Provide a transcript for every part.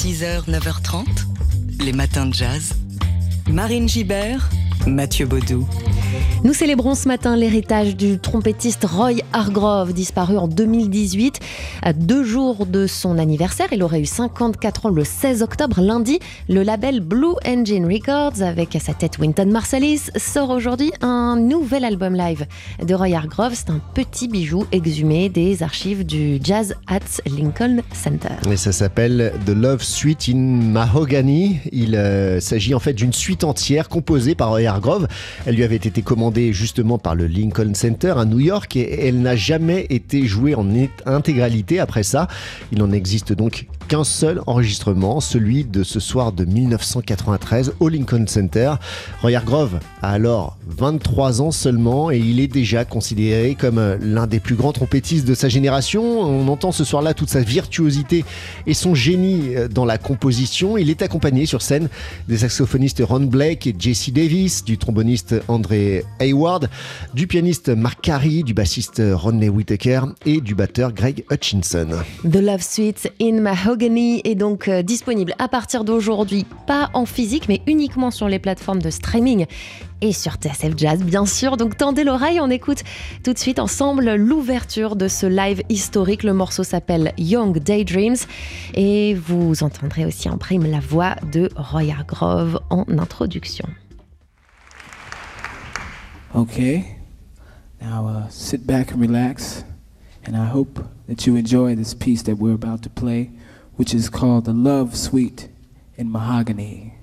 6h, 9h30, les matins de jazz. Marine Gibert, Mathieu Baudou. Nous célébrons ce matin l'héritage du trompettiste Roy Hargrove, disparu en 2018. À 2 jours de son anniversaire, il aurait eu 54 ans le 16 octobre. Lundi, le label Blue Engine Records, avec à sa tête Wynton Marsalis, sort aujourd'hui un nouvel album live de Roy Hargrove. C'est un petit bijou exhumé des archives du Jazz at Lincoln Center. Et ça s'appelle The Love Suite in Mahogany. Il s'agit en fait d'une suite entière composée par Roy Hargrove. Elle lui avait été commandée justement par le Lincoln Center à New York et elle n'a jamais été jouée en intégralité après ça. Il n'en existe donc qu'un seul enregistrement, celui de ce soir de 1993 au Lincoln Center. Roy Hargrove a alors 23 ans seulement et il est déjà considéré comme l'un des plus grands trompettistes de sa génération. On entend ce soir-là toute sa virtuosité et son génie dans la composition. Il est accompagné sur scène des saxophonistes Ron Blake et Jesse Davis, du tromboniste André Hayward, du pianiste Mark Carey, du bassiste Rodney Whittaker et du batteur Greg Hutchinson. The Love Suite in Mahogany est donc disponible à partir d'aujourd'hui, pas en physique mais uniquement sur les plateformes de streaming et sur TSF Jazz bien sûr. Donc tendez l'oreille, on écoute tout de suite ensemble l'ouverture de ce live historique. Le morceau s'appelle Young Daydreams et vous entendrez aussi en prime la voix de Roy Hargrove en introduction. Okay, now sit back and relax, and I hope that you enjoy this piece that we're about to play, which is called The Love Suite in Mahogany.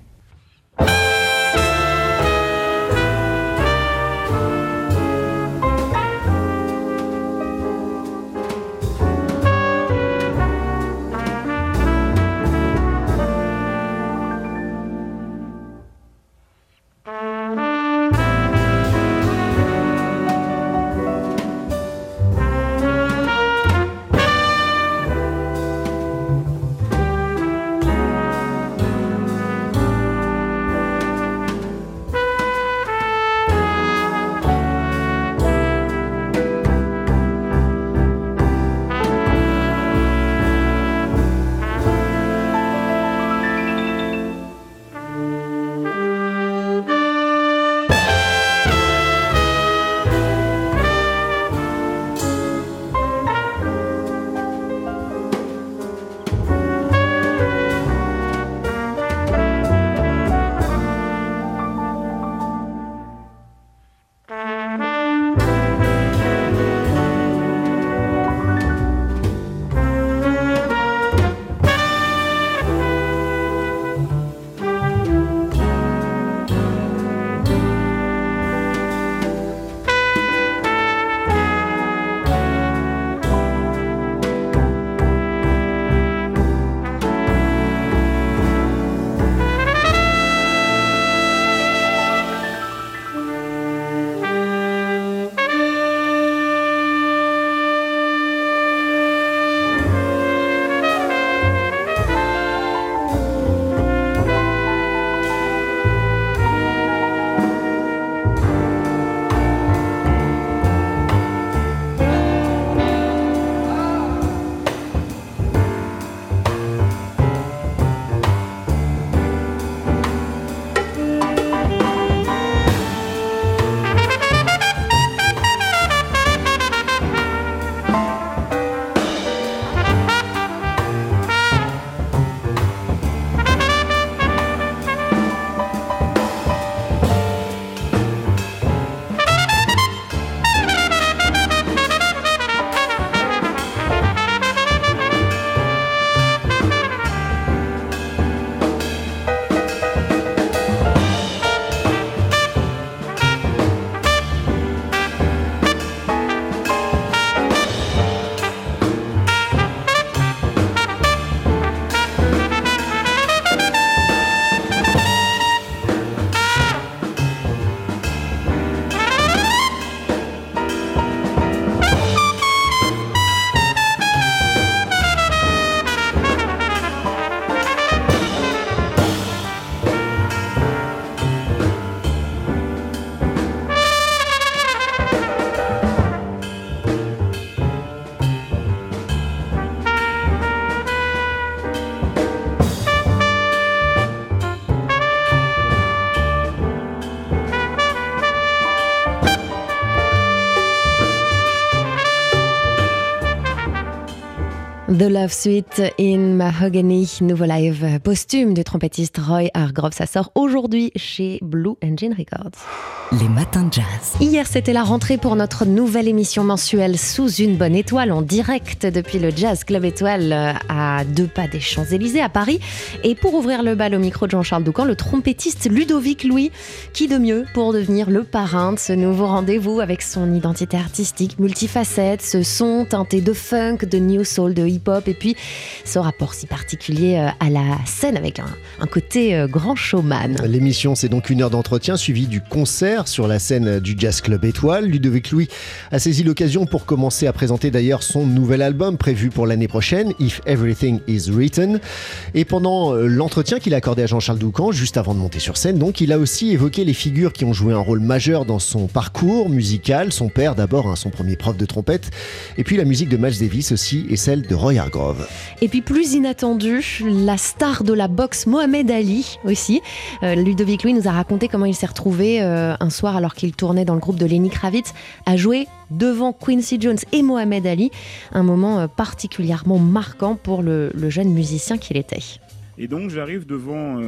The Love Suite in Mahogany, nouveau live posthume du trompettiste Roy Hargrove. Ça sort aujourd'hui chez Blue Engine Records. Les matins de jazz. Hier, c'était la rentrée pour notre nouvelle émission mensuelle Sous une bonne étoile, en direct depuis le Jazz Club Étoile à 2 pas des Champs-Élysées à Paris. Et pour ouvrir le bal au micro de Jean-Charles Doucan, le trompettiste Ludovic Louis. Qui de mieux pour devenir le parrain de ce nouveau rendez-vous avec son identité artistique multifacette, ce son teinté de funk, de new soul, de hip-hop et puis ce rapport si particulier à la scène avec un côté grand showman. L'émission, c'est donc 1 heure d'entretien suivie du concert sur la scène du Jazz Club Étoile. Ludovic Louis a saisi l'occasion pour commencer à présenter d'ailleurs son nouvel album prévu pour l'année prochaine, If Everything Is Written. Et pendant l'entretien qu'il a accordé à Jean-Charles Doucan, juste avant de monter sur scène, donc, il a aussi évoqué les figures qui ont joué un rôle majeur dans son parcours musical. Son père d'abord, son premier prof de trompette, et puis la musique de Miles Davis aussi, et celle de Roy Hargrove. Et puis plus inattendu, la star de la boxe Mohamed Ali aussi. Ludovic Louis nous a raconté comment il s'est retrouvé un soir alors qu'il tournait dans le groupe de Lenny Kravitz à jouer devant Quincy Jones et Mohamed Ali. Un moment particulièrement marquant pour le jeune musicien qu'il était. Et donc j'arrive devant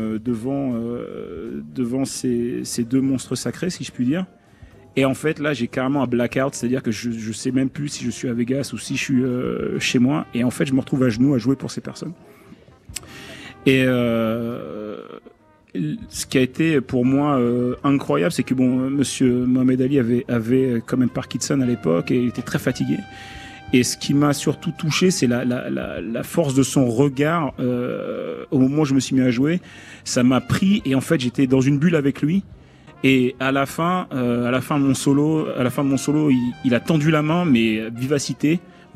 ces 2 monstres sacrés, si je puis dire. Et en fait, là, j'ai carrément un blackout, c'est-à-dire que je sais même plus si je suis à Vegas ou si je suis chez moi. Et en fait, je me retrouve à genoux à jouer pour ces personnes. Et ce qui a été pour moi incroyable, c'est que Monsieur Mohamed Ali avait quand même Parkinson à l'époque et il était très fatigué. Et ce qui m'a surtout touché, c'est la force de son regard au moment où je me suis mis à jouer. Ça m'a pris et en fait, j'étais dans une bulle avec lui. Et à la fin de mon solo, il a tendu la main, mais vivacité,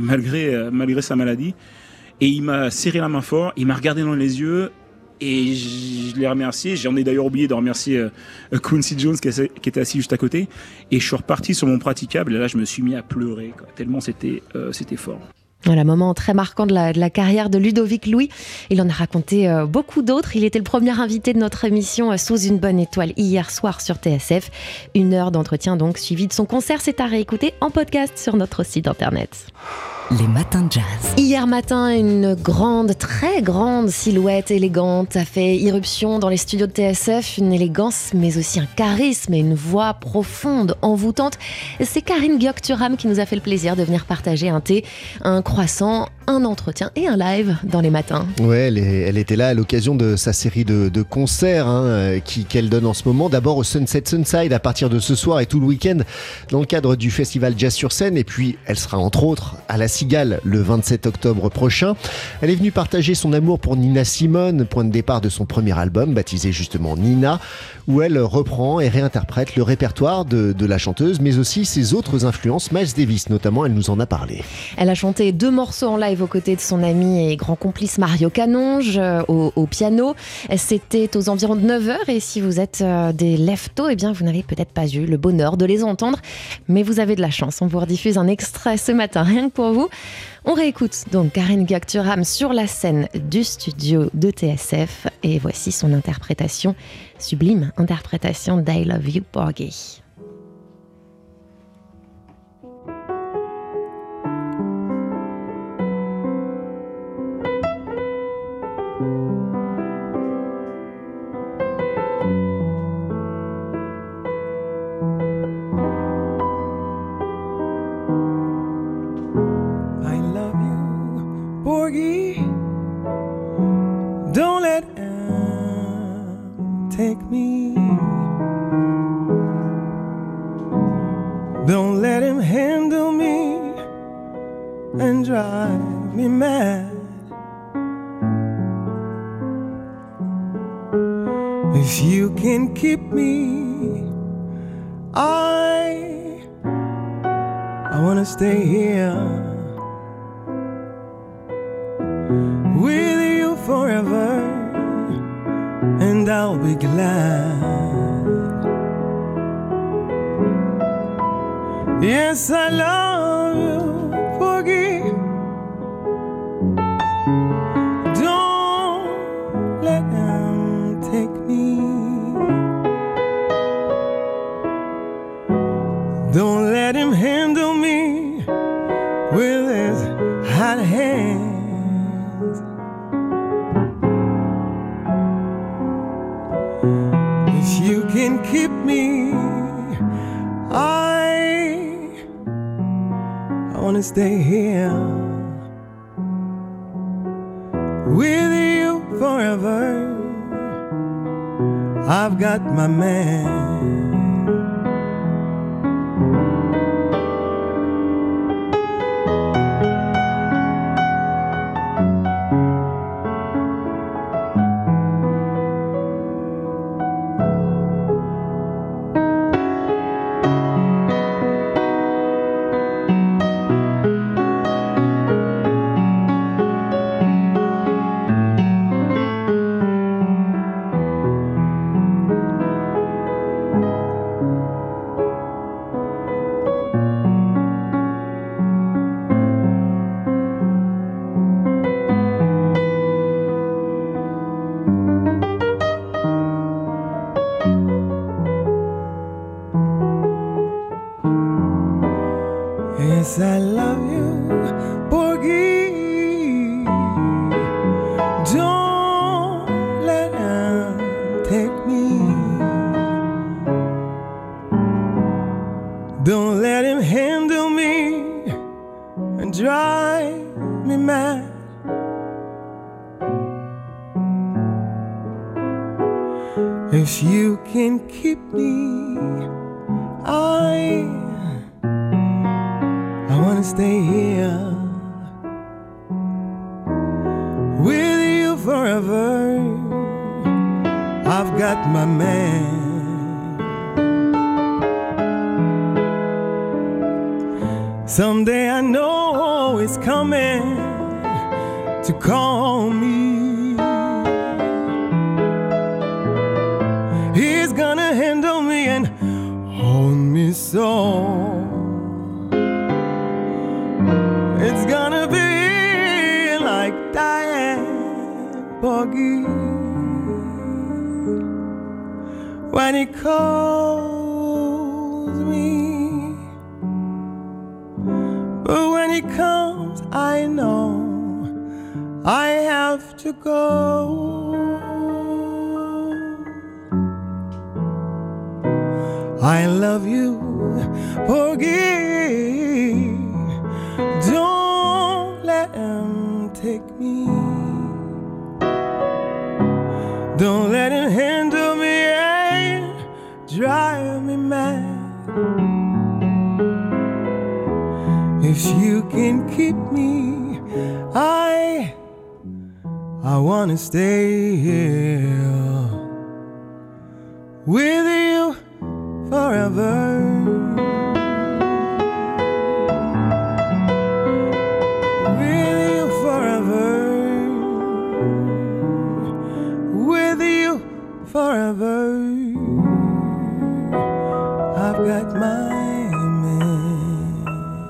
malgré sa maladie. Et il m'a serré la main fort, il m'a regardé dans les yeux, et je l'ai remercié. J'en ai d'ailleurs oublié de remercier Quincy Jones qui était assis juste à côté. Et je suis reparti sur mon praticable, et là je me suis mis à pleurer, quoi, tellement c'était fort. Voilà, moment très marquant de la carrière de Ludovic Louis. Il en a raconté beaucoup d'autres. Il était le premier invité de notre émission Sous une bonne étoile hier soir sur TSF. 1 heure d'entretien donc suivi de son concert. C'est à réécouter en podcast sur notre site internet. Les matins de jazz. Hier matin, une grande, très grande silhouette élégante a fait irruption dans les studios de TSF. Une élégance, mais aussi un charisme et une voix profonde, envoûtante. C'est Karine Gyöktürám qui nous a fait le plaisir de venir partager un thé, un croissant, un entretien et un live dans les matins. Ouais, elle était là à l'occasion de sa série de concerts qu'elle donne en ce moment. D'abord au Sunset Sunside à partir de ce soir et tout le week-end dans le cadre du festival Jazz sur scène. Et puis elle sera entre autres à la Cigale le 27 octobre prochain. Elle est venue partager son amour pour Nina Simone, point de départ de son premier album baptisé justement Nina, où elle reprend et réinterprète le répertoire de la chanteuse, mais aussi ses autres influences, Miles Davis notamment, elle nous en a parlé. Elle a chanté 2 morceaux en live aux côtés de son ami et grand complice Mario Canonge au piano. C'était aux environs de 9h et si vous êtes des leftos, eh bien vous n'avez peut-être pas eu le bonheur de les entendre, mais vous avez de la chance. On vous rediffuse un extrait ce matin, rien que pour vous. On réécoute donc Karine Gyöktürám sur la scène du studio de TSF et voici son interprétation, sublime interprétation d'I Love You Porgy. Don't let him take me. Don't let him handle me and drive me mad. If you can keep me, I wanna stay here with you forever, and I'll be glad. Yes, I love you, Porgy. Don't let him take me. Don't let him handle me with his hot hand. can keep me, I wanna stay here with you forever. I've got my man. Yes, I love you, Porgy. Don't let him take me. Don't let him handle me and drive me mad. If you can keep me, I wanna stay here with you forever. I've got my man. Someday I know it's coming to call me. He's gonna handle me and hold me so. It's gonna be like Diane Porgy when he calls me. But when he comes, I know I have to go. I love you, Porgy. Don't let him take me. Don't let him handle me and drive me mad. If you can keep me, I wanna stay here with you forever. Forever, I've got my man.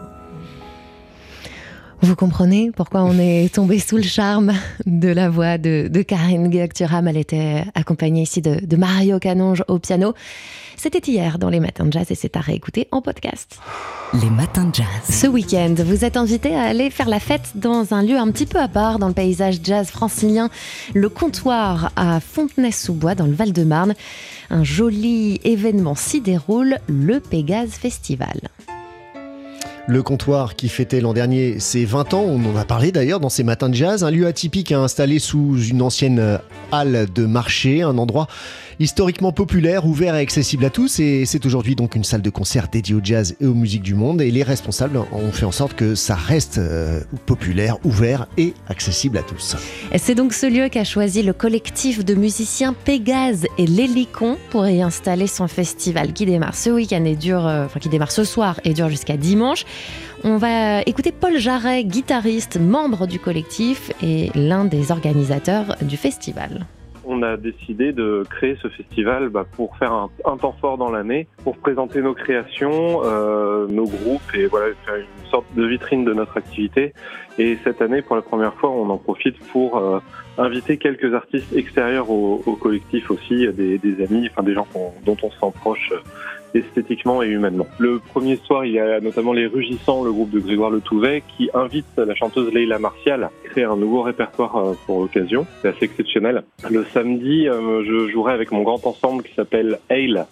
Vous comprenez pourquoi on est tombé sous le charme de la voix de Karine Gulak-Thuram. Elle était accompagnée ici de Mario Canonge au piano. C'était hier dans Les Matins de Jazz et c'est à réécouter en podcast. Les Matins de Jazz. Ce week-end, vous êtes invité à aller faire la fête dans un lieu un petit peu à part dans le paysage jazz francilien, le Comptoir à Fontenay-sous-Bois dans le Val-de-Marne. Un joli événement s'y déroule, le Pégase Festival. Le Comptoir qui fêtait l'an dernier ses 20 ans, on en a parlé d'ailleurs dans ces Matins de Jazz, un lieu atypique installé sous une ancienne halle de marché, un endroit historiquement populaire, ouvert et accessible à tous, et c'est aujourd'hui donc une salle de concert dédiée au jazz et aux musiques du monde, et les responsables ont fait en sorte que ça reste populaire, ouvert et accessible à tous. Et c'est donc ce lieu qu'a choisi le collectif de musiciens Pégase et l'Hélicon pour y installer son festival qui démarre ce week-end et qui démarre ce soir et dure jusqu'à dimanche. On va écouter Paul Jarret, guitariste, membre du collectif et l'un des organisateurs du festival. On a décidé de créer ce festival pour faire un temps fort dans l'année, pour présenter nos créations, nos groupes et voilà, faire une sorte de vitrine de notre activité. Et cette année, pour la première fois, on en profite pour inviter quelques artistes extérieurs au collectif aussi, des amis, enfin des gens dont on se sent proche esthétiquement et humainement. Le premier soir, il y a notamment les Rugissants, le groupe de Grégoire Le Touvet, qui invite la chanteuse Leila Martial à créer un nouveau répertoire pour l'occasion. C'est assez exceptionnel. Le samedi, je jouerai avec mon grand ensemble qui s'appelle ALE,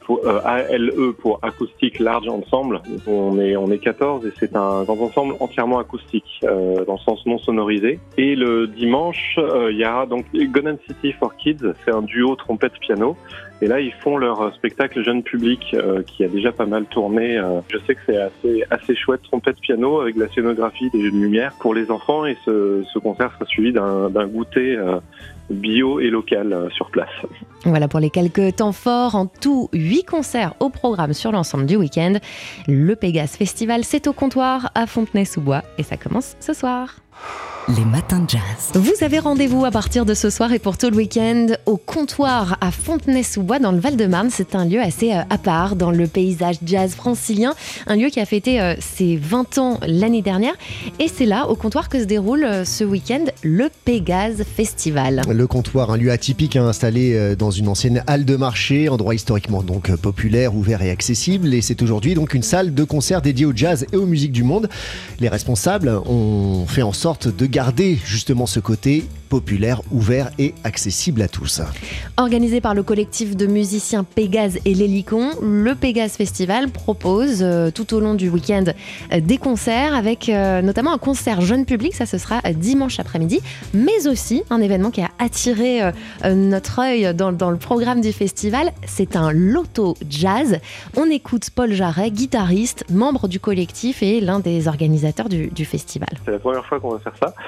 ALE pour Acoustic Large Ensemble. On est 14 et c'est un grand ensemble entièrement acoustique, dans le sens non sonorisé. Et le dimanche, il y a donc Gonan City for Kids, c'est un duo trompette-piano. Et là, ils font leur spectacle jeune public qui a déjà pas mal tourné. Je sais que c'est assez chouette, trompette-piano avec de la scénographie, des jeux de lumière pour les enfants. Et ce concert sera suivi d'un goûter bio et local sur place. Voilà pour les quelques temps forts. En tout, 8 concerts au programme sur l'ensemble du week-end. Le Pégase Festival, c'est au comptoir à Fontenay-sous-Bois et ça commence ce soir. Les matins de jazz. Vous avez rendez-vous à partir de ce soir et pour tout le week-end au comptoir à Fontenay-sous-Bois dans le Val-de-Marne. C'est un lieu assez à part dans le paysage jazz francilien. Un lieu qui a fêté ses 20 ans l'année dernière. Et c'est là, au comptoir, que se déroule ce week-end le Pégase Festival. Le comptoir, un lieu atypique installé dans une ancienne halle de marché, endroit historiquement donc populaire, ouvert et accessible. Et c'est aujourd'hui donc une salle de concert dédiée au jazz et aux musiques du monde. Les responsables ont fait en sorte de garder justement ce côté populaire, ouvert et accessible à tous. Organisé par le collectif de musiciens Pégase et l'Hélicon, le Pégase Festival propose tout au long du week-end des concerts avec notamment un concert jeune public, ça ce sera dimanche après-midi, mais aussi un événement qui a attiré notre œil dans le programme du festival, c'est un loto jazz. On écoute Paul Jarret, guitariste, membre du collectif et l'un des organisateurs du festival. C'est la première fois qu'on va faire ça.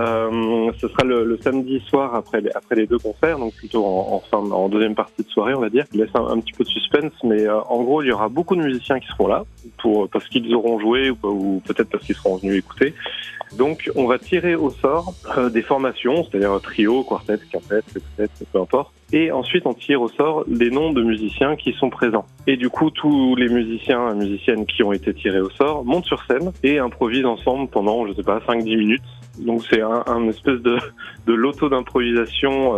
Ce sera le samedi soir après les deux concerts, donc plutôt en deuxième partie de soirée, on va dire. Je laisse un petit peu de suspense, mais en gros, il y aura beaucoup de musiciens qui seront là, parce qu'ils auront joué ou peut-être parce qu'ils seront venus écouter. Donc, on va tirer au sort des formations, c'est-à-dire trio, quartet, quintet, sextet, peu importe. Et ensuite, on tire au sort les noms de musiciens qui sont présents. Et du coup, tous les musiciens et musiciennes qui ont été tirés au sort montent sur scène et improvisent ensemble pendant, 5-10 minutes. Donc, c'est un espèce de loto d'improvisation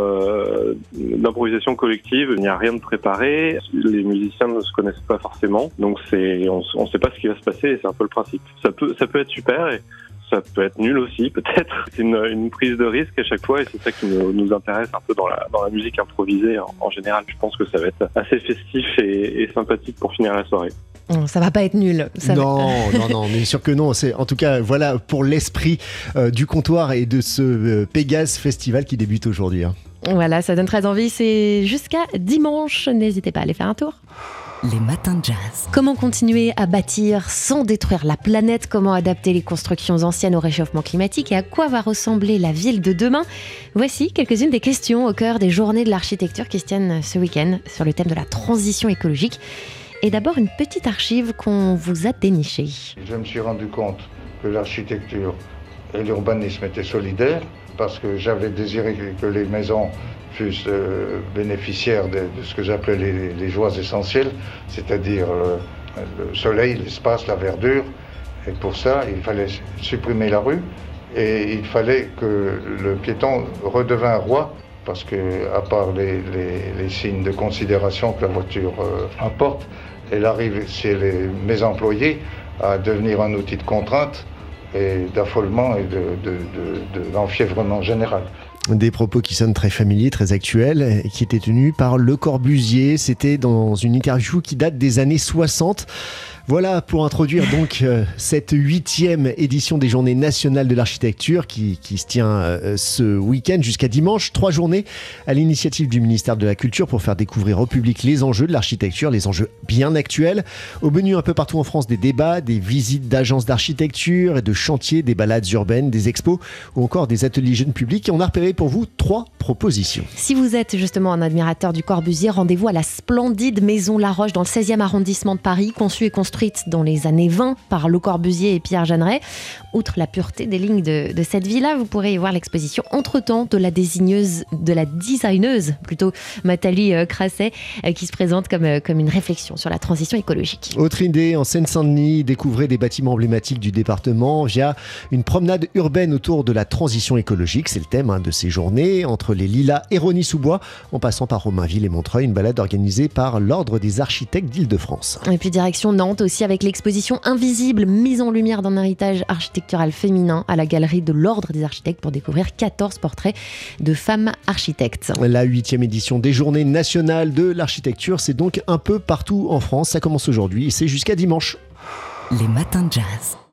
collective. Il n'y a rien de préparé. Les musiciens ne se connaissent pas forcément. Donc, on sait pas ce qui va se passer et c'est un peu le principe. Ça peut être super et ça peut être nul aussi, peut-être. C'est une prise de risque à chaque fois et c'est ça qui nous intéresse un peu dans la musique improvisée en général. Je pense que ça va être assez festif et sympathique pour finir la soirée. Ça va pas être nul. Non, mais sûr que non. En tout cas, voilà pour l'esprit du comptoir et de ce Pégase Festival qui débute aujourd'hui. Voilà, ça donne très envie. C'est jusqu'à dimanche. N'hésitez pas à aller faire un tour. Les matins de jazz. Comment continuer à bâtir sans détruire la planète? Comment adapter les constructions anciennes au réchauffement climatique? Et à quoi va ressembler la ville de demain? Voici quelques-unes des questions au cœur des journées de l'architecture qui se tiennent ce week-end sur le thème de la transition écologique. Et d'abord, une petite archive qu'on vous a dénichée. Je me suis rendu compte que l'architecture et l'urbanisme étaient solidaires parce que j'avais désiré que les maisons fussent bénéficiaires de ce que j'appelais les joies essentielles, c'est-à-dire le soleil, l'espace, la verdure. Et pour ça, il fallait supprimer la rue et il fallait que le piéton redevint roi parce que, à part les signes de considération que la voiture apporte, elle arrive chez mes employés à devenir un outil de contrainte et d'affolement et d'enfièvrement général. Des propos qui sonnent très familiers, très actuels, et qui étaient tenus par Le Corbusier. C'était dans une interview qui date des années 60. Voilà pour introduire donc cette 8e édition des Journées nationales de l'architecture qui se tient ce week-end jusqu'à dimanche. 3 journées à l'initiative du ministère de la Culture pour faire découvrir au public les enjeux de l'architecture, les enjeux bien actuels. Au menu un peu partout en France, des débats, des visites d'agences d'architecture et de chantiers, des balades urbaines, des expos ou encore des ateliers jeunes publics. Et on a repéré pour vous 3 propositions. Si vous êtes justement un admirateur du Corbusier, rendez-vous à la splendide Maison Laroche dans le 16e arrondissement de Paris, conçue et construite construite dans les années 20 par Le Corbusier et Pierre Jeanneret. Outre la pureté des lignes de cette villa, vous pourrez y voir l'exposition Entretemps de la designeuse Nathalie Crasset, qui se présente comme une réflexion sur la transition écologique. Autre idée, en Seine-Saint-Denis, découvrez des bâtiments emblématiques du département via une promenade urbaine autour de la transition écologique. C'est le thème de ces journées, entre les Lilas et Rosny-sous-Bois, en passant par Romainville et Montreuil, une balade organisée par l'Ordre des architectes d'Île-de-France. Et puis direction Nantes aussi, avec l'exposition Invisible, mise en lumière d'un héritage architectural féminin à la galerie de l'Ordre des architectes pour découvrir 14 portraits de femmes architectes. La 8e édition des Journées nationales de l'architecture, c'est donc un peu partout en France. Ça commence aujourd'hui et c'est jusqu'à dimanche. Les matins de jazz.